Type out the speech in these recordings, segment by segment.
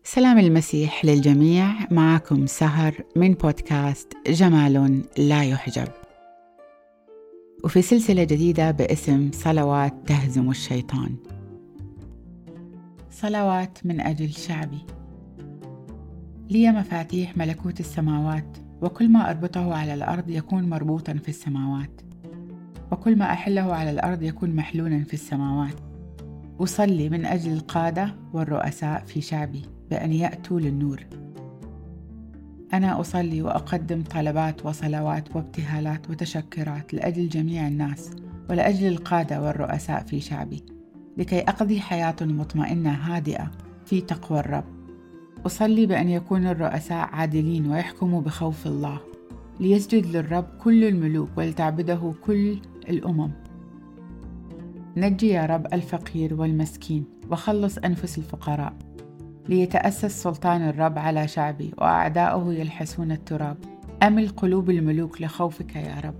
سلام المسيح للجميع. معكم سهر من بودكاست جمال لا يحجب، وفي سلسلة جديدة باسم صلوات تهزم الشيطان. صلوات من أجل شعبي. لي مفاتيح ملكوت السماوات، وكل ما أربطه على الأرض يكون مربوطا في السماوات، وكل ما أحله على الأرض يكون محلولا في السماوات. أصلي من أجل القادة والرؤساء في شعبي بأن يأتوا للنور. أنا أصلي وأقدم طلبات وصلوات وابتهالات وتشكرات لأجل جميع الناس ولأجل القادة والرؤساء في شعبي، لكي أقضي حياة مطمئنة هادئة في تقوى الرب. أصلي بأن يكون الرؤساء عادلين ويحكموا بخوف الله، ليسجد للرب كل الملوك ولتعبده كل الأمم. نجي يا رب الفقير والمسكين، وخلص أنفس الفقراء، ليتأسس سلطان الرب على شعبي وأعداؤه يلحسون التراب. أمل قلوب الملوك لخوفك يا رب،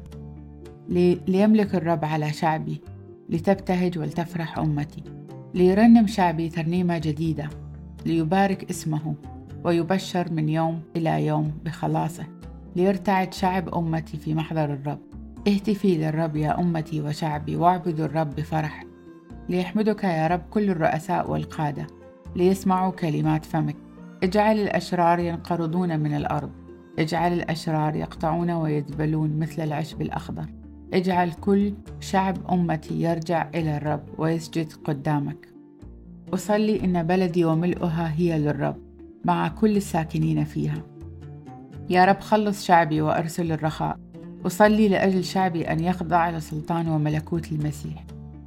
ليملك الرب على شعبي، لتبتهج ولتفرح أمتي. ليرنم شعبي ترنيمة جديدة، ليبارك اسمه ويبشر من يوم إلى يوم بخلاصه. ليرتعد شعب أمتي في محضر الرب. اهتفي للرب يا أمتي وشعبي، واعبدوا الرب بفرح. ليحمدك يا رب كل الرؤساء والقادة، ليسمعوا كلمات فمك. اجعل الأشرار ينقرضون من الأرض، اجعل الأشرار يقطعون ويذبلون مثل العشب الأخضر. اجعل كل شعب أمتي يرجع إلى الرب ويسجد قدامك. أصلي إن بلدي وملؤها هي للرب مع كل الساكنين فيها. يا رب خلص شعبي وأرسل الرخاء. أصلي لأجل شعبي أن يخضع لسلطان وملكوت المسيح.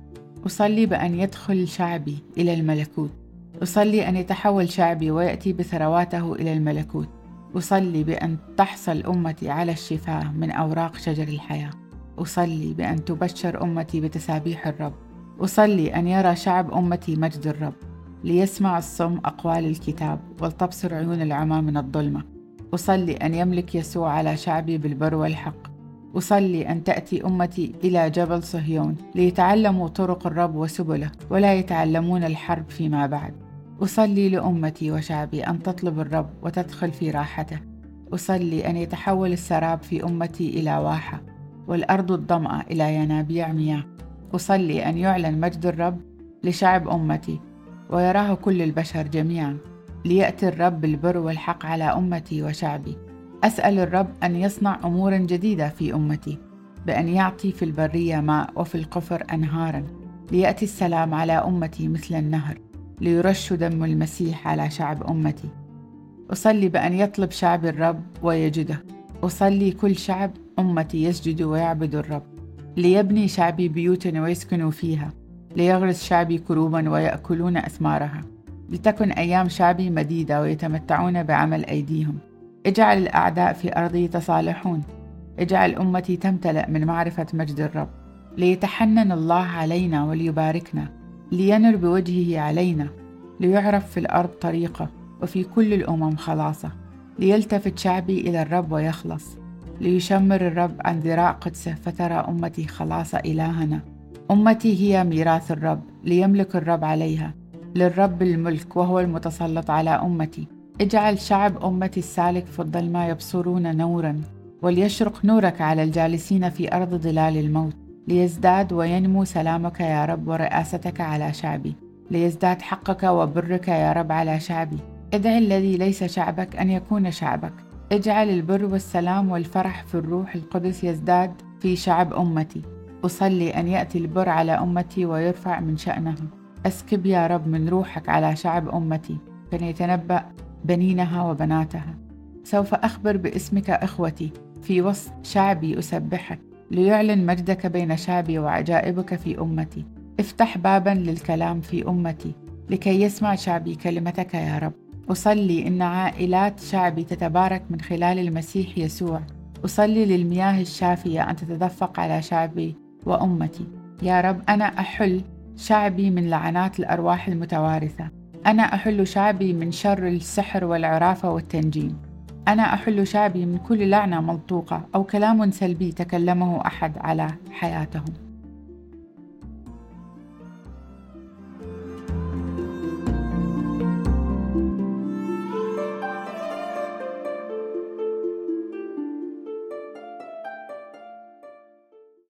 أصلي بأن يدخل شعبي إلى الملكوت. أصلي أن يتحول شعبي ويأتي بثرواته إلى الملكوت. أصلي بأن تحصل أمتي على الشفاء من أوراق شجر الحياة. أصلي بأن تبشر أمتي بتسابيح الرب. أصلي أن يرى شعب أمتي مجد الرب، ليسمع الصم أقوال الكتاب ولتبصر عيون العمى من الظلمة. أصلي أن يملك يسوع على شعبي بالبر والحق. أصلي أن تأتي أمتي إلى جبل صهيون، ليتعلموا طرق الرب وسبله، ولا يتعلمون الحرب فيما بعد. أصلي لأمتي وشعبي أن تطلب الرب وتدخل في راحته. أصلي أن يتحول السراب في أمتي إلى واحة، والأرض الظمأ إلى ينابيع مياه. أصلي أن يعلن مجد الرب لشعب أمتي، ويراه كل البشر جميعا، ليأتي الرب بالبر والحق على أمتي وشعبي. أسأل الرب أن يصنع أمورا جديدة في أمتي، بأن يعطي في البرية ماء وفي القفر أنهارا. ليأتي السلام على أمتي مثل النهر، ليرش دم المسيح على شعب أمتي. أصلي بأن يطلب شعب الرب ويجده. أصلي كل شعب أمتي يسجد ويعبد الرب. ليبني شعبي بيوتا ويسكنوا فيها، ليغرس شعبي كروبا ويأكلون أثمارها. لتكن أيام شعبي مديدة ويتمتعون بعمل أيديهم. اجعل الأعداء في أرضي يتصالحون. اجعل أمتي تمتلئ من معرفة مجد الرب. ليتحنن الله علينا وليباركنا، لينر بوجهه علينا، ليعرف في الأرض طريقه وفي كل الأمم خلاصه. ليلتفت شعبي إلى الرب ويخلص، ليشمر الرب عن ذراع قدسه فترى أمتي خلاص إلهنا. أمتي هي ميراث الرب، ليملك الرب عليها. للرب الملك وهو المتسلط على أمتي. اجعل شعب أمتي السالك في الظلمة يبصرون نورا، وليشرق نورك على الجالسين في أرض ظلال الموت. ليزداد وينمو سلامك يا رب ورئاستك على شعبي، ليزداد حقك وبرك يا رب على شعبي. ادع الذي ليس شعبك أن يكون شعبك. اجعل البر والسلام والفرح في الروح القدس يزداد في شعب أمتي. أصلي أن يأتي البر على أمتي ويرفع من شأنها. أسكب يا رب من روحك على شعب أمتي، فليتنبأ بنينها وبناتها. سوف أخبر باسمك إخوتي، في وسط شعبي أسبحك، ليعلن مجدك بين شعبي وعجائبك في أمتي. افتح بابا للكلام في أمتي، لكي يسمع شعبي كلمتك يا رب. أصلي إن عائلات شعبي تتبارك من خلال المسيح يسوع. أصلي للمياه الشافية أن تتدفق على شعبي وأمتي. يا رب أنا أحل شعبي من لعنات الأرواح المتوارثة. أنا أحل شعبي من شر السحر والعرافة والتنجيم. أنا أحل شعبي من كل لعنة ملطوقة أو كلام سلبي تكلمه أحد على حياتهم.